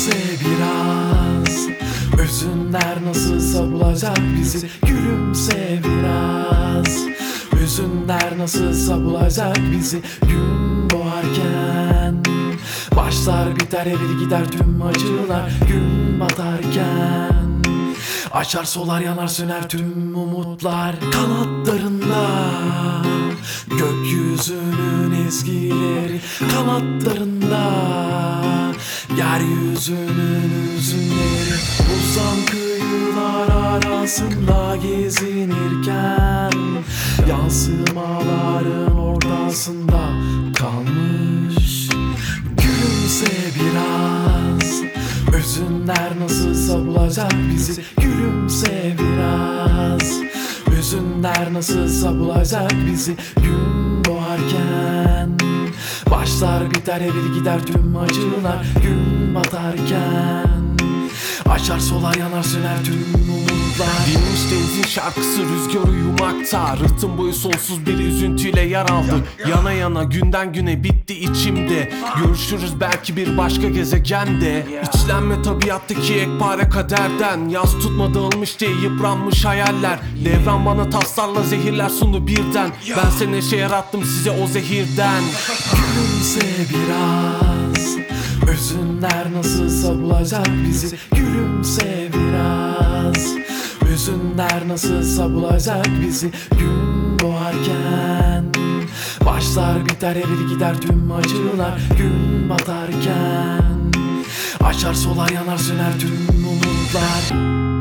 Gülümse biraz, hüzünler nasılsa bulacak bizi. Gülümse biraz, hüzünler nasılsa bulacak bizi. Gün doğarken başlar biter erir gider tüm acılar. Gün batarken açar solar yanar söner tüm umutlar. Kanatlarında gökyüzünün ezgileri, kanatlarında yeryüzünün hüzünleri. Uzan kıyılar arasında gezinirken yansımaların ortasında kalmış. Gülümse biraz, hüzünler nasılsa bulacak bizi. Gülümse biraz, hüzünler nasılsa bulacak bizi. Gün doğarken başlar biter erir gider tüm acılar. Gün batarken açar solar yanar söner tüm umutlar. Dinmiş denizin şarkısı rüzgar uyumakta. Rıhtım boyu sonsuz bir üzüntüyle yer aldı. Yana yana günden güne bitti içimde. Görüşürüz belki bir başka gezegende. İçlenme tabiattaki yekpare kaderden. Yaz tutma dağılmış diye yıpranmış hayaller. Devran bana taslarla zehirler sundu birden. Ben seni neşe yarattım size o zehirden. Gülümse biraz, hüzünler nasılsa bulacak bizi. Gülümse biraz, hüzünler nasılsa bulacak bizi. Gün doğarken başlar biter erir gider tüm acılar. Gün batarken açar solar yanar söner tüm umutlar.